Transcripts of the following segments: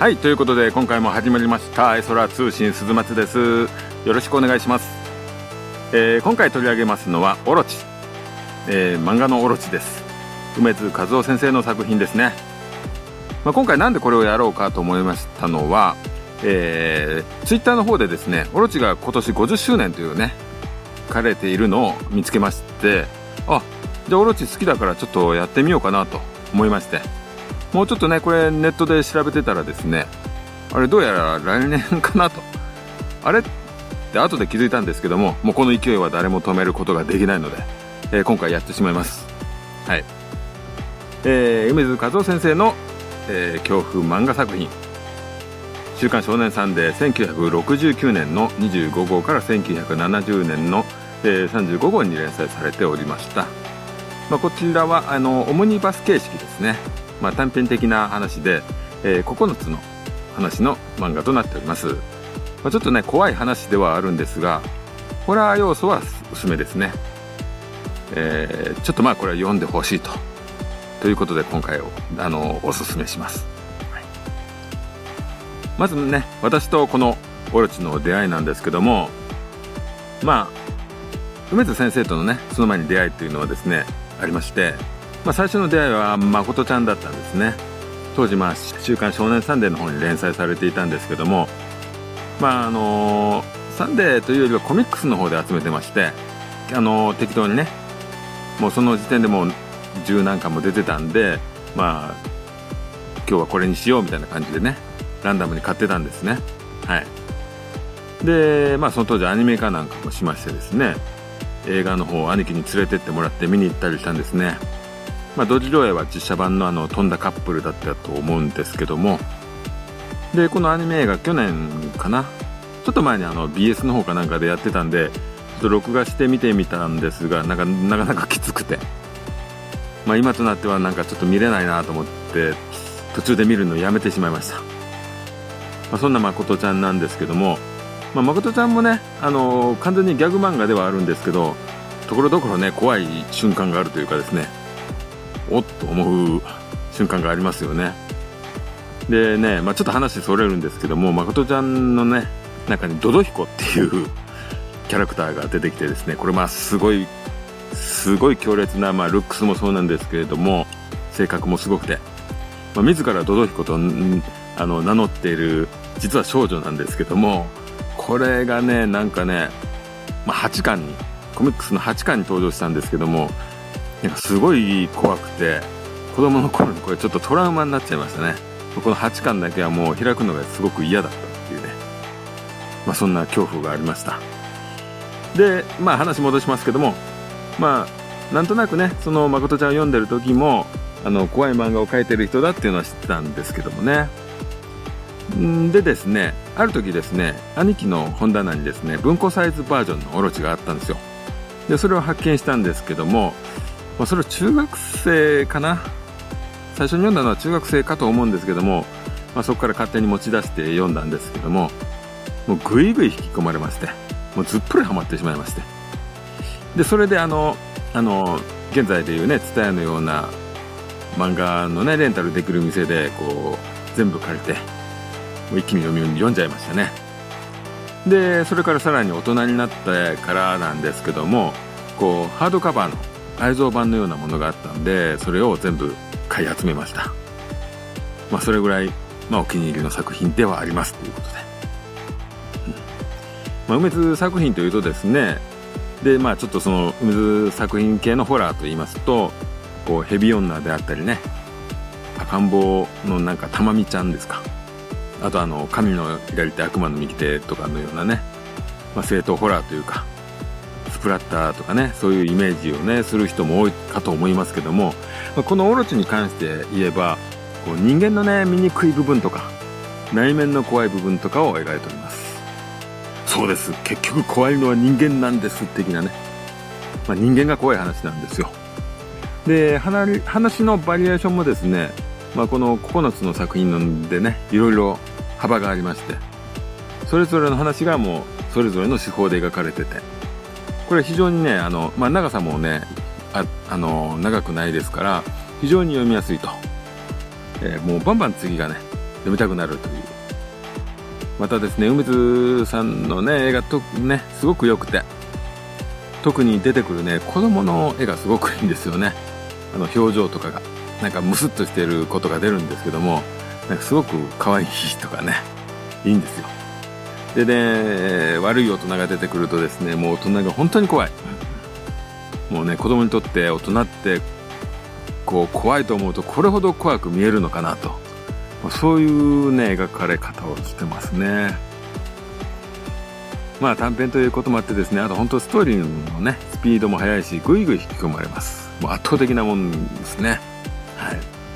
はい、ということで今回も始まりました絵空通信鈴松です。よろしくお願いします。今回取り上げますのはオロチ、漫画のオロチです。梅津和夫先生の作品ですね。今回なんでこれをやろうかと思いましたのは、ツイッターの方でですね、オロチが今年50周年というね書かれているのを見つけまして、じゃあオロチ好きだからちょっとやってみようかなと思いまして、もうちょっとねこれネットで調べてたらですね、あれどうやら来年かなと、あれって後で気づいたんですけども、もうこの勢いは誰も止めることができないので、今回やってしまいます。はい、梅津和夫先生の、恐怖漫画作品、週刊少年サンデー1969年の25号から1970年の、35号に連載されておりました。こちらはオムニバス形式ですね。短編的な話で、9つの話の漫画となっております。ちょっとね怖い話ではあるんですが、ホラー要素は薄めですね。ちょっとこれは読んでほしいということで今回おすすめします。はい、まずね、私とこのオロチの出会いなんですけども、梅津先生とのねその前に出会いというのはですねありまして、最初の出会いは誠ちゃんだったんですね。当時週刊少年サンデーの方に連載されていたんですけども、サンデーというよりはコミックスの方で集めてまして、適当にね、もうその時点でもう10何巻も出てたんで、今日はこれにしようみたいな感じでねランダムに買ってたんですね。はい。でその当時アニメ化なんかもしましてですね、映画の方を兄貴に連れてってもらって見に行ったりしたんですね。同時上映は実写版の飛んだカップルだったと思うんですけども、でこのアニメ映画去年かな、ちょっと前にBS の方かなんかでやってたんで、ちょっと録画して見てみたんですが、なかなかきつくて、今となってはちょっと見れないなと思って途中で見るのをやめてしまいました。そんな誠ちゃんなんですけども、誠ちゃんもね完全にギャグ漫画ではあるんですけど、ところどころね怖い瞬間があるというかですね、おっと思う瞬間がありますよね。でね、ちょっと話それるんですけども、誠ちゃんのね中にドドヒコっていうキャラクターが出てきてですね、これすごい強烈な、ルックスもそうなんですけれども性格もすごくて、自らドドヒコと名乗っている実は少女なんですけども、これがね8巻にコミックスの8巻に登場したんですけども、すごい怖くて、子供の頃にこれちょっとトラウマになっちゃいましたね。この8巻だけはもう開くのがすごく嫌だったっていうね、そんな恐怖がありました。で話戻しますけども、なんとなくねその誠ちゃんを読んでる時も怖い漫画を描いてる人だっていうのは知ってたんですけどもね。でですね、ある時ですね、兄貴の本棚にですね文庫サイズバージョンのオロチがあったんですよ。でそれを発見したんですけども、それ中学生かな、最初に読んだのは中学生かと思うんですけども、そこから勝手に持ち出して読んだんですけども、もうぐいぐい引き込まれまして、もうずっぷりハマってしまいまして、でそれで現在でいうねTSUTAYAのような漫画のねレンタルできる店で全部借りてもう一気に読んじゃいましたね。でそれからさらに大人になってからなんですけども、ハードカバーの愛蔵版のようなものがあったんで、それを全部買い集めました。それぐらい、お気に入りの作品ではありますということで、梅津作品というとですね、でちょっとその梅津作品系のホラーといいますと、ヘビ女であったりね、赤ん坊の玉美ちゃんですか、あと神の左手悪魔の右手とかのようなね、正統ホラーというかスプラッターとかね、そういうイメージをねする人も多いかと思いますけども、このオロチに関して言えば人間のね醜い部分とか内面の怖い部分とかを描いております。そうです、結局怖いのは人間なんです的なね、人間が怖い話なんですよ。で話のバリエーションもですね、この9つの作品でねいろいろ幅がありまして、それぞれの話がもうそれぞれの手法で描かれてて、これ非常にね長さもね長くないですから非常に読みやすいと、もうバンバン次がね読みたくなるという。またですね、梅津さんのね、絵がすごく良くて、特に出てくるね、子供の絵がすごくいいんですよね。表情とかが、なんかムスッとしていることが出るんですけども、なんかすごく可愛いとかね、いいんですよ。でね、悪い大人が出てくるとですね、もう大人が本当に怖い。もうね、子供にとって大人って、こう、怖いと思うとこれほど怖く見えるのかなと。そういうね、描かれ方をしてますね。まあ短編ということもあってですね、あと本当ストーリーのね、スピードも速いし、ぐいぐい引き込まれます。もう圧倒的なもんですね。はい。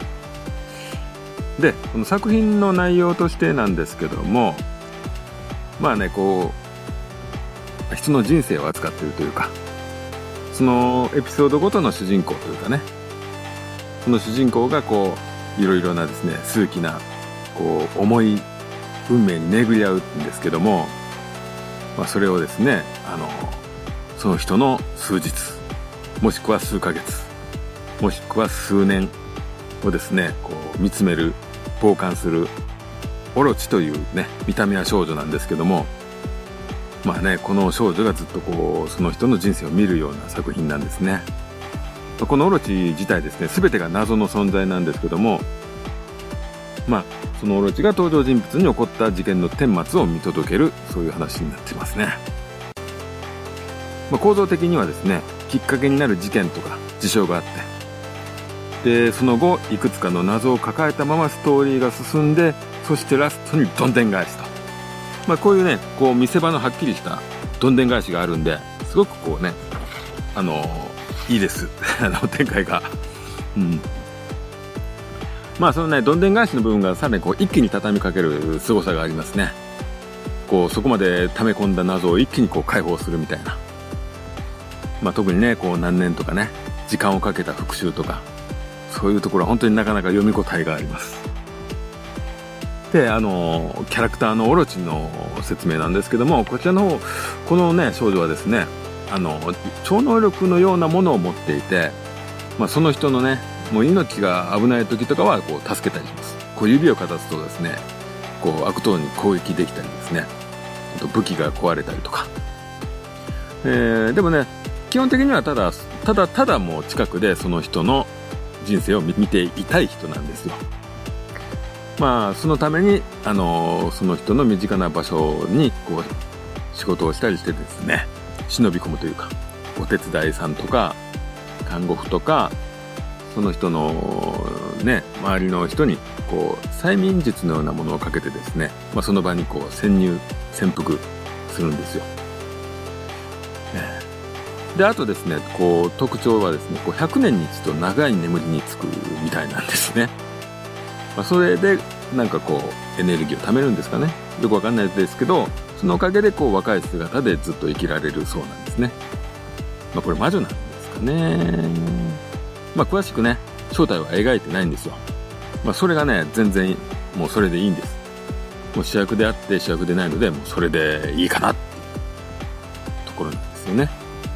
で、この作品の内容としてなんですけども、まあね、こう、人の人生を扱っているというか、そのエピソードごとの主人公というかね、その主人公がこう、いろいろなですね、数奇な、こう、重い運命に巡り合うんですけども、まあそれをですね、その人の数日、もしくは数ヶ月、もしくは数年をですね、こう見つめる、傍観する、オロチというね、見た目は少女なんですけども、まあね、この少女がずっとこう、その人の人生を見るような作品なんですね。このオロチ自体ですね、全てが謎の存在なんですけども、まあ、そのオロチが登場人物に起こった事件の顛末を見届ける、そういう話になってますね。まあ、構造的にはですね、きっかけになる事件とか事象があって、で、その後、いくつかの謎を抱えたままストーリーが進んで、そしてラストにどんでん返しと。まあ、こういうね、こう見せ場のはっきりしたどんでん返しがあるんで、すごくこうね、いいです。展開が。うん。まあそのね、どんでん返しの部分がさらにこう一気に畳みかける凄さがありますね。こうそこまで溜め込んだ謎を一気にこう解放するみたいな。まあ特にね、こう何年とかね、時間をかけた復習とか、そういうところは本当になかなか読み応えがあります。で、キャラクターのオロチの説明なんですけども、こちらの方、このね、少女はですね、超能力のようなものを持っていて、まあその人のね、もう命が危ない時とかはこう助けたりします。こう指をかざすとですね、こう悪党に攻撃できたりですね、武器が壊れたりとか。でもね、基本的にはただもう近くでその人の人生を見ていたい人なんですよ。まあそのためにその人の身近な場所にこう仕事をしたりしてですね、忍び込むというか、お手伝いさんとか看護婦とか、その人のね、周りの人にこう催眠術のようなものをかけてですね、まあ、その場にこう潜伏するんですよ。で、あとですね、こう特徴はですね、こう100年に一度長い眠りにつくみたいなんですね。まあ、それでなんかこうエネルギーを貯めるんですかね。よくわかんないですけど、そのおかげでこう若い姿でずっと生きられるそうなんですね。まあこれ魔女なんですかね。まあ詳しくね、正体は描いてないんですよ。まあそれがね、全然もうそれでいいんです。もう主役であって主役でないので、もうそれでいいかなっていうところなんですよね。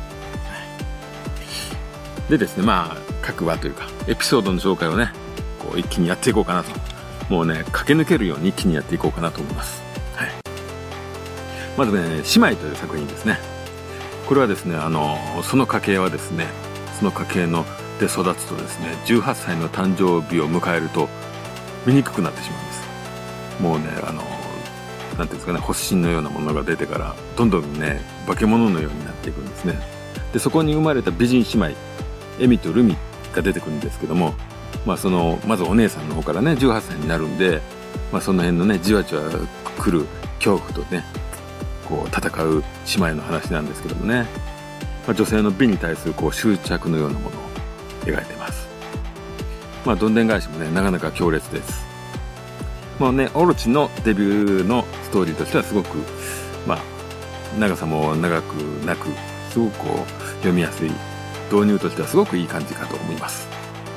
でですね、まあ各話というかエピソードの紹介をね、こう一気にやっていこうかなと。もうね、駆け抜けるように一気にやっていこうかなと思います。はい。まずね、姉妹という作品ですね。これはですね、その家系はですね、その家系ので育つとですね、18歳の誕生日を迎えると醜くなってしまうんです。もうね、なんていうんですかね、発疹のようなものが出てから、どんどんね、化け物のようになっていくんですね。で、そこに生まれた美人姉妹、エミとルミが出てくるんですけども、まあまずお姉さんの方からね、18歳になるんで、まあその辺のね、じわじわ来る恐怖とね、こう戦う姉妹の話なんですけどもね、まあ、女性の美に対するこう執着のようなものを描いてます。まあどんでん返しもね、なかなか強烈です。まあね、オロチのデビューのストーリーとしてはすごく、まあ長さも長くなく、すごくこう読みやすい、導入としてはすごくいい感じかと思います。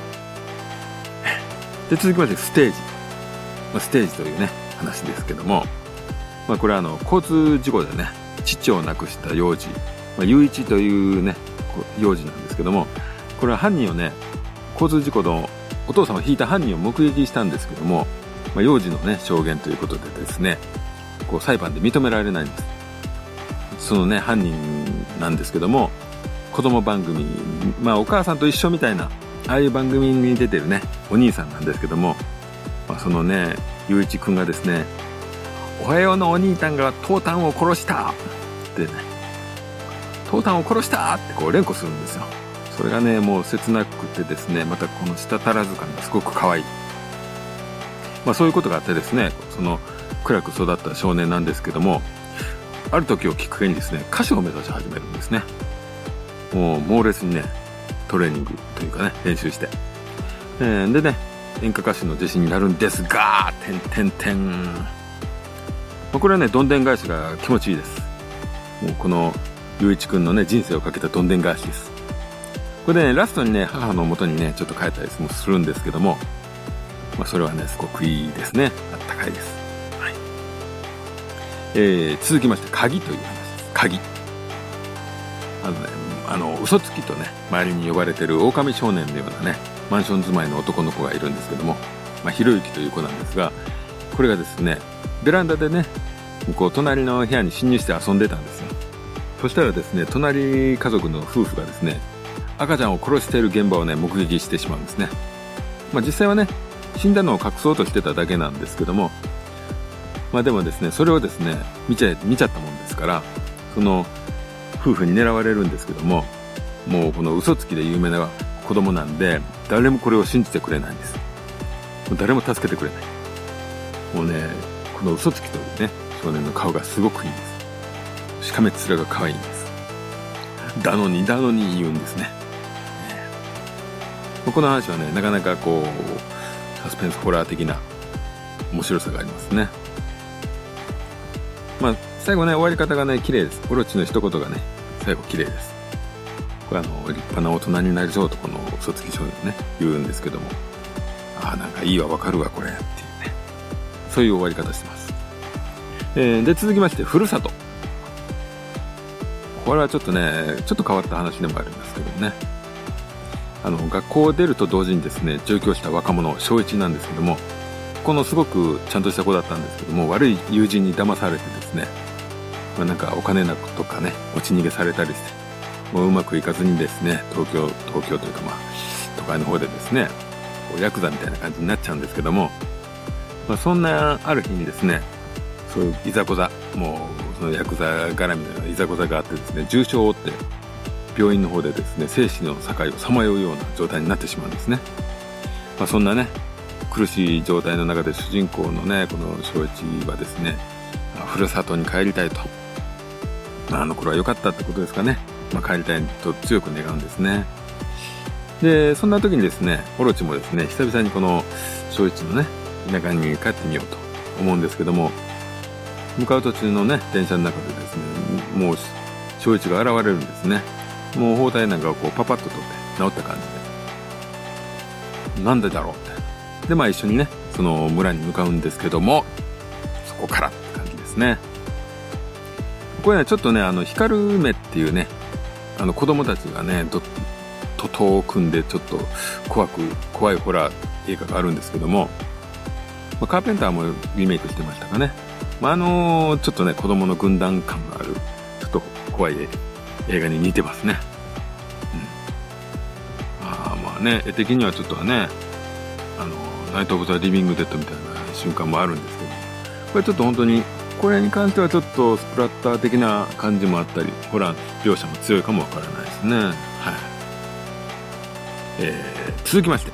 で、続きましてステージ。まあ、ステージというね、話ですけども、まあこれは交通事故でね、父を亡くした幼児、まあ、雄一というね、幼児なんですけども、これは犯人をね、交通事故のお父さんをひいた犯人を目撃したんですけども、 幼児のね、証言ということでですね、こう裁判で認められないんです。そのね、犯人なんですけども、子供番組、お母さんと一緒みたいな、ああいう番組に出てるね、お兄さんなんですけども、そのね、雄一くんがですね、おはようのお兄さんがトータンを殺したってね、トータンを殺したってこう連呼するんですよ。それがね、もう切なくてですね、またこの舌足らず感がすごく可愛い。そういうことがあってですね、その暗く育った少年なんですけども、ある時をきっかけにですね、歌手を目指し始めるんですね。もう猛烈にね、トレーニングというかね、練習して。でね、演歌歌手の弟子になるんですが、これはね、どんでん返しが気持ちいいです。もうこの、雄一くんのね、人生をかけたどんでん返しです。これでね、ラストにね、母の元にね、ちょっと帰ったりもするんですけども、それはね、すごくいいですね。あったかいです。はい。続きまして、鍵という話です。鍵。嘘つきとね、周りに呼ばれてる狼少年のようなね、マンション住まいの男の子がいるんですけども、ひろゆきという子なんですが、これがですね、ベランダでね、こう隣の部屋に侵入して遊んでたんですよ。そしたらですね、隣家族の夫婦がですね、赤ちゃんを殺している現場をね、目撃してしまうんですね。実際はね、死んだのを隠そうとしてただけなんですけども、でもですね、それをですね、見ちゃったもんですから、その夫婦に狙われるんですけども、もうこの嘘つきで有名な子供なんで、誰もこれを信じてくれないんです。もう誰も助けてくれない。もうね、この嘘つきというね、少年の顔がすごくいいんです。しかめっ面が可愛いんです。だのに言うんですね。この話はね、なかなかこう、サスペンスホラー的な面白さがありますね。最後ね、終わり方がね、綺麗です。オロチの一言がね、最後綺麗です。これ立派な大人になりそうとこの嘘つき少年ね、言うんですけども、なんかいいわ、わかるわ、これ、っていうね。そういう終わり方してます。で、続きまして、ふるさと。これはちょっとね、ちょっと変わった話でもあるんですけどね。学校を出ると同時にですね、上京した若者、小一なんですけども、このすごくちゃんとした子だったんですけども、悪い友人に騙されてですね、なんかお金なくとかね、落ち逃げされたりして、もううまくいかずにですね、東京というか都会の方でですね、ヤクザみたいな感じになっちゃうんですけども、そんなある日にですね、そういういざこざ、もうそのヤクザ絡みのようないざこざがあってですね、重傷を負って病院の方でですね、生死の境をさまようような状態になってしまうんですね。そんなね、苦しい状態の中で主人公のね、この正一はですね、ふるさとに帰りたいと。あの頃は良かったってことですかね。帰りたいと強く願うんですね。で、そんな時にですね、オロチもですね、久々にこの正一のね、田舎に帰ってみようと思うんですけども、向かう途中のね、電車の中でですね、もう正一が現れるんですね。もう包帯なんかをこうパパッと取って治った感じで。なんでだろうって。で、一緒にね、その村に向かうんですけども、そこからって感じですね。これね、ちょっとね、光る目っていうね、子供たちがね、徒党を組んでちょっと怖いホラー映画があるんですけども、カーペンターもリメイクしてましたかね。ちょっとね、子供の軍団感がある、ちょっと怖い映画に似てますね。絵的にはちょっとね、ナイト・オブ・ザ・リビング・デッドみたいな瞬間もあるんですけど、これちょっと本当に、これに関してはちょっとスプラッター的な感じもあったり、ホラー描写も強いかもわからないですね。はい。続きまして、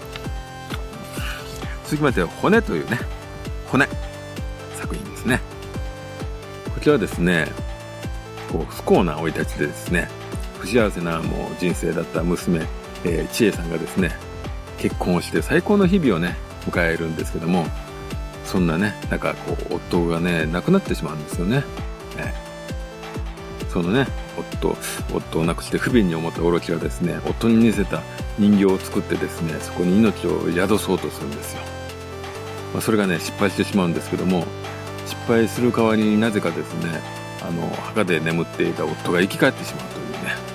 骨というね、骨作品ですね。こちらはですね、こう不幸な生い立ちでですね、不幸せなもう人生だった娘、千恵さんがですね、結婚をして最高の日々をね、迎えるんですけども、そんなね、なんかこう、夫がね、亡くなってしまうんですよね。そのね、夫を亡くして不憫に思ったオロチがですね、夫に似せた人形を作ってですね、そこに命を宿そうとするんですよ。それがね、失敗してしまうんですけども、失敗する代わりになぜかですね、墓で眠っていた夫が生き返ってしまうという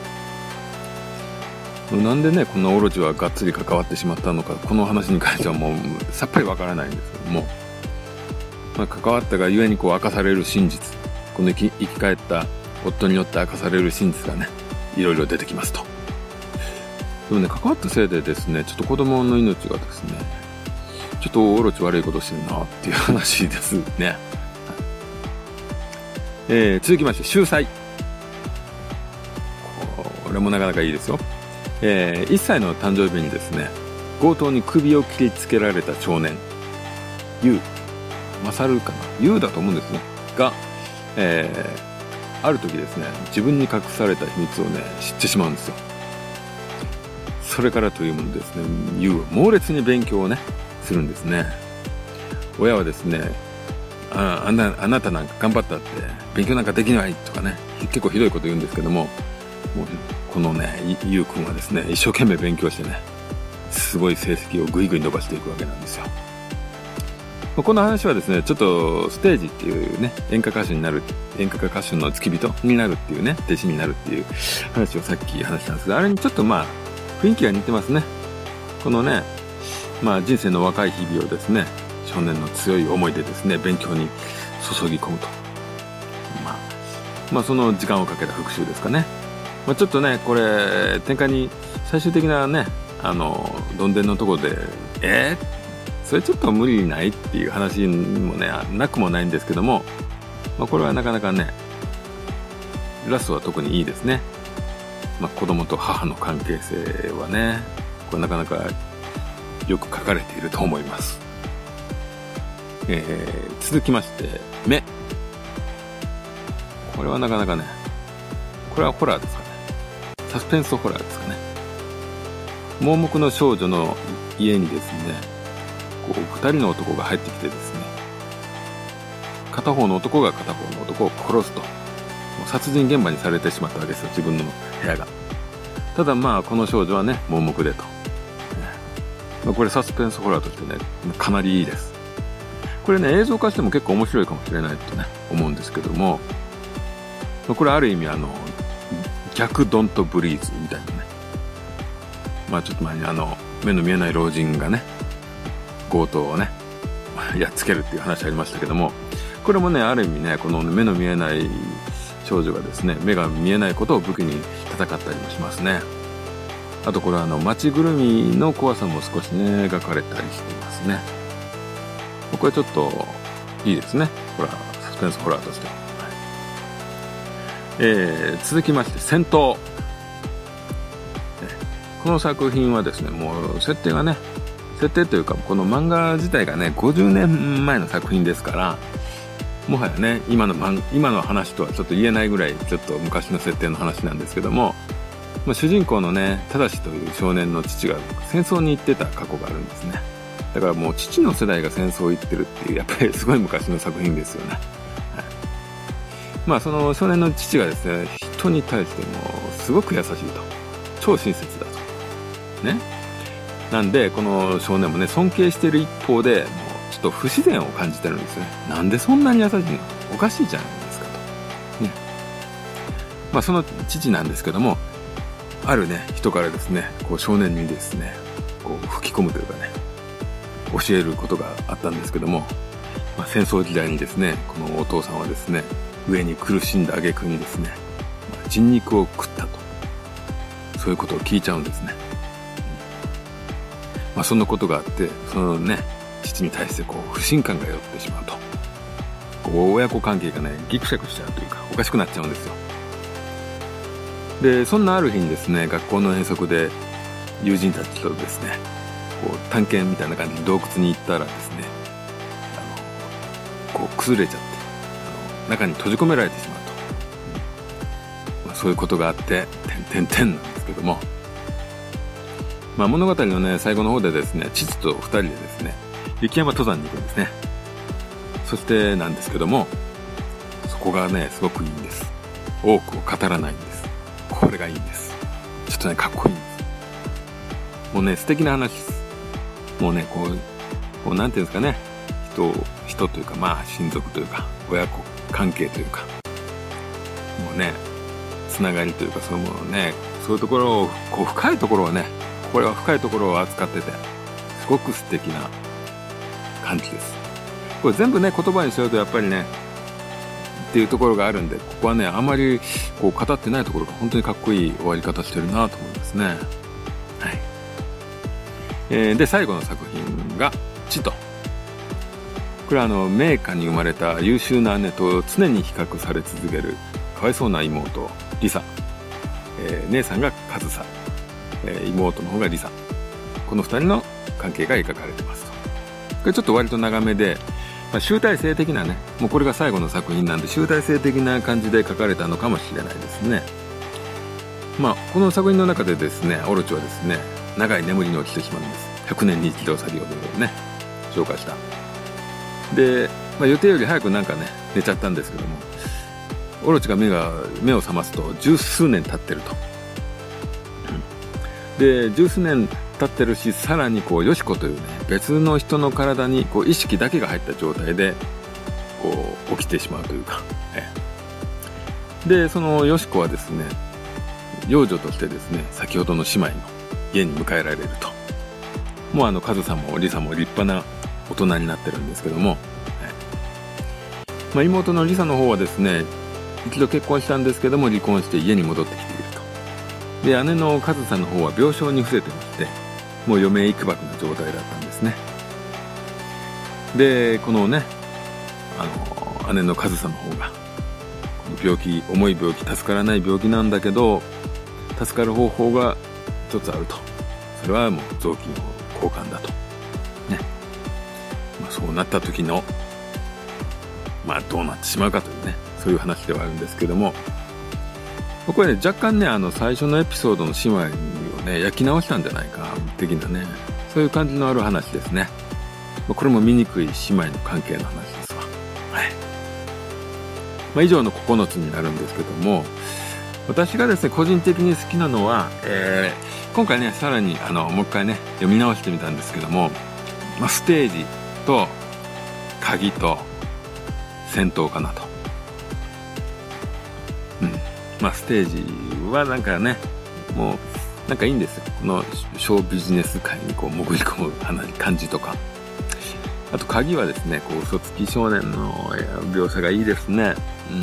ね。なんでね、こんなオロチはがっつり関わってしまったのか、この話に関してはもうさっぱりわからないんですけども、 関わったがゆえに明かされる真実、この生き返った夫によって明かされる真実がね、いろいろ出てきますと。でもね、関わったせいでですね、ちょっと子供の命がですね、ちょっとオロチ悪いことしてるなっていう話ですね。続きまして、秀才。これもなかなかいいですよ。1歳の誕生日にですね、強盗に首を切りつけられた少年、ユウ、マサルかな、ユウだと思うんですね。が、ある時ですね、自分に隠された秘密をね、知ってしまうんですよ。それからというものですね、ユウは猛烈に勉強をね、するんですね。親はですね、あなたなんか頑張ったって勉強なんかできないとかね、結構ひどいこと言うんですけども、もうこのね、ユウ君はですね、一生懸命勉強してね、すごい成績をぐいぐい伸ばしていくわけなんですよ。この話はですね、ちょっとステージっていうね、演歌歌手の付き人になるっていうね、弟子になるっていう話をさっき話したんですが、あれにちょっと雰囲気が似てますね。このね、人生の若い日々をですね、少年の強い思いでですね、勉強に注ぎ込むと。その時間をかけた復習ですかね。ちょっとね、これ、展開に最終的なね、どんでんのところで、それちょっと無理ないっていう話もね、なくもないんですけども、これはなかなかね、ラストは特にいいですね。子供と母の関係性はね、これなかなかよく書かれていると思います。続きまして、目。これはなかなかね、これはホラーですかね。サスペンスホラーですかね。盲目の少女の家にですね、二人の男が入ってきてですね、片方の男が片方の男を殺すと。殺人現場にされてしまったわけですよ、自分の部屋が。ただこの少女はね、盲目でと。これサスペンスホラーとしてね、かなりいいです。これね、映像化しても結構面白いかもしれないとね、思うんですけども、これある意味逆ドントブリーズみたいなね。ちょっと前に目の見えない老人がね、強盗をね、やっつけるっていう話ありましたけども、これもね、ある意味ね、この目の見えない少女がですね、目が見えないことを武器に戦ったりもしますね。あとこれは街ぐるみの怖さも少しね、描かれたりしていますね。これちょっといいですね。ホラー、サスペンスホラーとして。続きまして、戦闘。この作品はですね、もう設定というか、この漫画自体がね、50年前の作品ですから、もはやね、今の話とはちょっと言えないぐらい、ちょっと昔の設定の話なんですけども、主人公のね、正という少年の父が戦争に行ってた過去があるんですね。だからもう父の世代が戦争行ってるっていう、やっぱりすごい昔の作品ですよね。はい、その少年の父がですね、人に対してもすごく優しいと。超親切だと。ね。なんで、この少年もね、尊敬している一方で、もうちょっと不自然を感じてるんですよね。なんでそんなに優しいの？おかしいじゃないですかと。ね。その父なんですけども、あるね、人からですね、少年にですね、吹き込むというかね、教えることがあったんですけども、戦争時代にですね、このお父さんはですね、上に苦しんだ挙句にですね、人肉を食ったと。そういうことを聞いちゃうんですね。そんなことがあって、そのね、父に対して不信感が寄ってしまうと。親子関係がね、ギクシャクしちゃうというか、おかしくなっちゃうんですよ。で、そんなある日にですね、学校の遠足で友人たちとですね、探検みたいな感じで洞窟に行ったらですね、崩れちゃって、中に閉じ込められてしまうと。そういうことがあって、なんですけども、物語のね、最後の方でですね、父と二人でですね、雪山登山に行くんですね。そしてなんですけども、そこがね、すごくいいんです。多くを語らないんです。これがいいんです。ちょっとね、かっこいいんです。もうね、素敵な話です。もうね、なんていうんですかね、人というか、親族というか、親子関係というか、もうね、つながりというか、そういうものをね、そういうところを、深いところをね、これは深いところを扱ってて、すごく素敵な感じです。 これ全部ね言葉にしちゃうとやっぱりねっていうところがあるんで、ここはねあまりこう語ってないところが本当にかっこいい終わり方してるなと思いますね。はい。で最後の作品がチト。これは名家に生まれた優秀な姉と常に比較され続けるかわいそうな妹リサ、姉さんがカズサ、妹の方がリサ、この2人の関係が描かれてますと。これちょっと割と長めで、集大成的なね、もうこれが最後の作品なんで集大成的な感じで書かれたのかもしれないですね。この作品の中でですね、オロチはですね長い眠りに落ちてしまうんです。100年に一度先ほどね紹介したで、予定より早くなんかね寝ちゃったんですけども、オロチが目を覚ますと十数年経ってると。で十数年経ってるし、さらにこうヨシコというね別の人の体にこう意識だけが入った状態でこう起きてしまうというか、でそのヨシコはですね養女としてですね先ほどの姉妹の家に迎えられると。もうカズさんもリサも立派な大人になってるんですけども、妹のリサの方はですね一度結婚したんですけども離婚して家に戻ってきていると。で姉のカズさんの方は病床に伏せてまして、もう余命いくばくな状態だったんですね。でこのね姉のカズさんの方がこの病気、重い病気、助からない病気なんだけど助かる方法が一つあると。それはもう臓器の交換だとね。そうなった時のどうなってしまうかというね、そういう話ではあるんですけども、これね若干ね最初のエピソードの姉妹をね焼き直したんじゃないか的なね、そういう感じのある話ですね。これも醜い姉妹の関係の話ですわ。はい。以上の9つになるんですけども、私がですね個人的に好きなのは、今回ねさらにもう一回ね読み直してみたんですけども、ステージと鍵と戦闘かなと。ステージはなんかねもうなんかいいんですよ。このショービジネス界にこう潜り込む感じとか、あと鍵はですねこう嘘つき少年の描写がいいですね。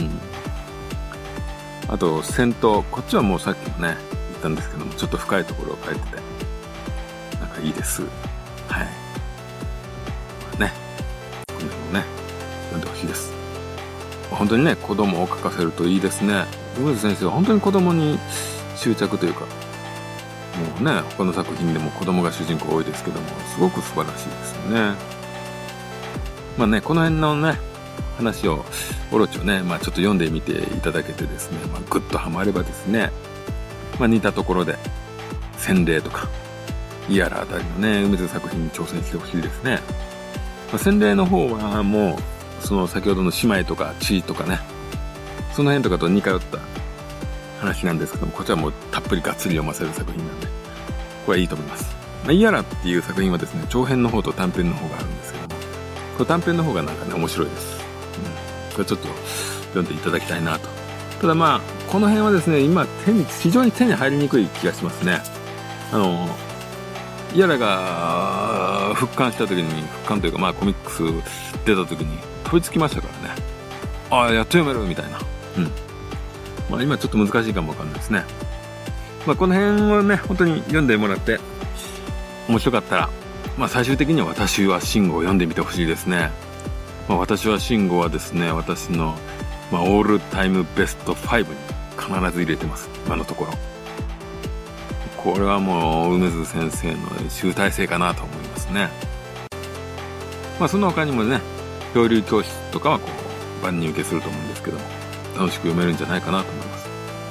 あと戦闘、こっちはもうさっきもね言ったんですけどもちょっと深いところを書いててなんかいいです。はいね、この辺もね読んでほしいです。本当にね子供を描かせるといいですね。梅津先生は本当に子供に執着というか、もうね他の作品でも子供が主人公多いですけどもすごく素晴らしいですよね。この辺のね話をオロチをねちょっと読んでみていただけてですね、グッとハマればですね、似たところで洗礼とかイヤラあたりのね梅津作品に挑戦してほしいですね。洗礼の方はもうその先ほどの姉妹とか地位とかねその辺とかと似通った話なんですけども、こちらもたっぷりがっつり読ませる作品なんでこれはいいと思います。イヤラっていう作品はですね長編の方と短編の方があるんですけども、これ短編の方がなんかね面白いです。これちょっと読んでいただきたいなと。ただこの辺はですね今非常に手に入りにくい気がしますね。イヤラが復刊した時に、復刊というかコミックス出た時に飛びつきましたからね。やっと読めるみたいな。今ちょっと難しいかもわかんないですね。この辺をね本当に読んでもらって面白かったら、最終的には私はシンゴを読んでみてほしいですね。私はシンゴはですね私の、オールタイムベスト5に必ず入れてます。今のところこれはもう梅津先生の集大成かなと思いますね。その他にもね漂流教室とかはこう万人受けすると思うんですけども楽しく読めるんじゃないかなと思います。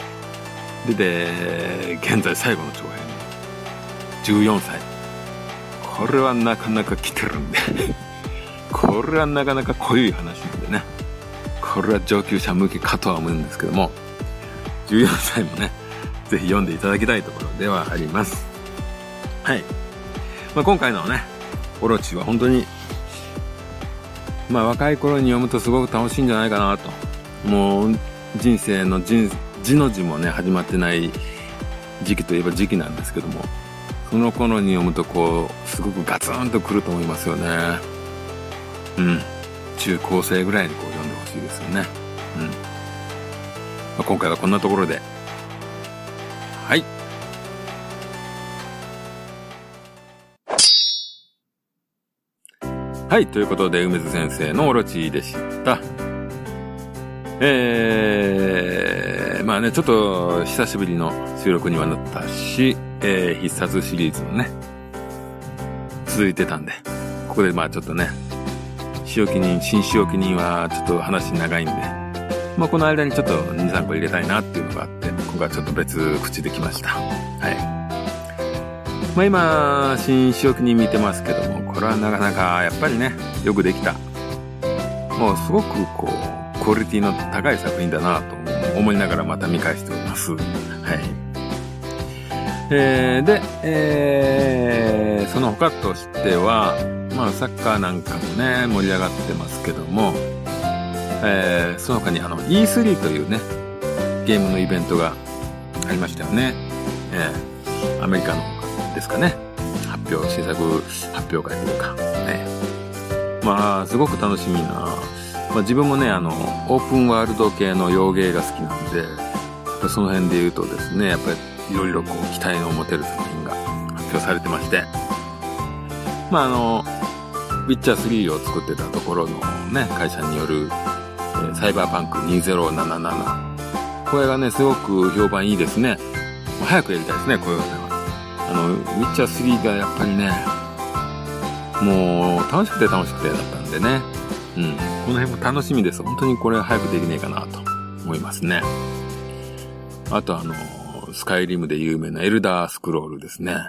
で現在最後の長編14歳、これはなかなか来てるんでこれはなかなか濃い話なんでね、これは上級者向けかとは思うんですけども、14歳もねぜひ読んでいただきたいところではあります。はい。今回のねオロチは本当に若い頃に読むとすごく楽しいんじゃないかなと。もう人生の字の字もね始まってない時期といえば時期なんですけども、その頃に読むとこうすごくガツンとくると思いますよね。 中高生ぐらいにこう読んでほしいですよね。今回はこんなところで。はい。はい、ということで、梅津先生のオロチでした。まあね、ちょっと久しぶりの収録にはなったし、必殺シリーズのね、続いてたんで、ここでまあちょっとね、新使用記人はちょっと話長いんで、まあこの間にちょっと2、3個入れたいなっていうのがあって、今回はちょっと別口できました。はい。まあ今、新使用記人見てますけども、これはなかなかやっぱりね、よくできた。もうすごくこう、クオリティの高い作品だなと思いながらまた見返しております。はい。で、その他としては、まあサッカーなんかもね、盛り上がってますけども、その他にE3 というね、ゲームのイベントがありましたよね。アメリカの方ですかね。新作発表会というか、まあ、すごく楽しみな、まあ自分もね、オープンワールド系の洋芸が好きなんで、その辺で言うとですね、やっぱりいろいろこう期待の持てる作品が発表されてまして、まあウィッチャー3を作ってたところのね、会社による、サイバーパンク2077。これがね、すごく評判いいですね。早くやりたいですね、こういうのは。ウィッチャー3がやっぱりね、もう楽しくてだったんでね。この辺も楽しみです。本当にこれ早くできねえかなと思いますね。あとスカイリムで有名なエルダースクロールですね。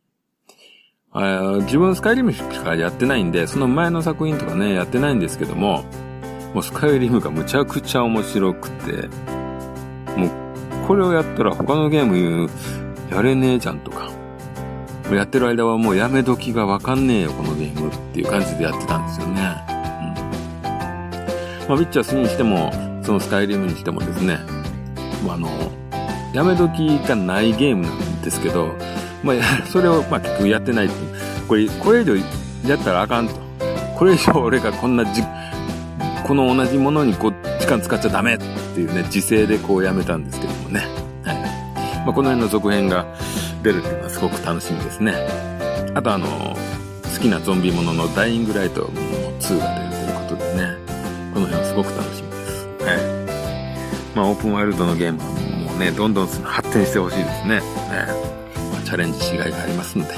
自分スカイリムしかやってないんで、その前の作品とかね、やってないんですけども、もうスカイリムがむちゃくちゃ面白くて、もうこれをやったら他のゲームやれねえじゃんとか、やってる間はもうやめ時がわかんねえよこのゲームっていう感じでやってたんですよね。まあウィッチャー3にしても、そのスカイリムにしてもですね、やめ時がないゲームなんですけど、まあそれをまあ結局やってないって、これ以上やったらあかんと。これ以上俺がこの同じものにこう時間使っちゃダメっていうね、自制でこうやめたんですけどもね。はい。まあこの辺の続編が出るっていうのはすごく楽しみですね。あと好きなゾンビもののダイイングライト2が出るということでね、この辺はすごく楽しみです。はい。まあオープンワールドのゲームはもうね、どんどん発展してほしいですね。まあ、チャレンジしがいがありますので。はい。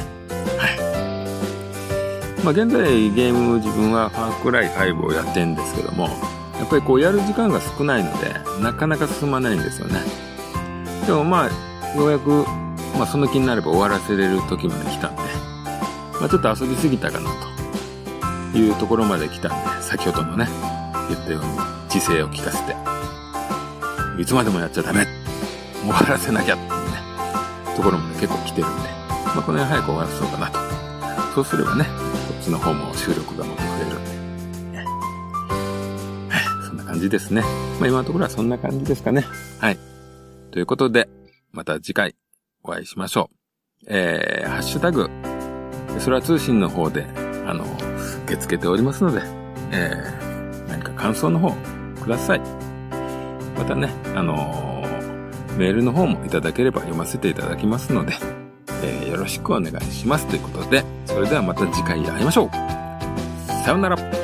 まあ現在ゲーム自分はファークライ5をやってるんですけども、やっぱりこうやる時間が少ないので、なかなか進まないんですよね。でもまあ、ようやくまあその気になれば終わらせれる時まで来たんで、まあちょっと遊びすぎたかなというところまで来たんで、先ほどのね、言ったように知性を聞かせて、いつまでもやっちゃダメ、終わらせなきゃっていうね、ところまで結構来てるんで、まあこの辺早く終わらせようかなと。そうすればね、こっちの方も収録がもっと増えるんで、そんな感じですね。まあ今のところはそんな感じですかね。はい。ということで、また次回お会いしましょう。ハッシュタグ、空通信の方で、受け付けておりますので、何か感想の方ください。またね、メールの方もいただければ読ませていただきますので、よろしくお願いしますということで、それではまた次回会いましょう。さようなら。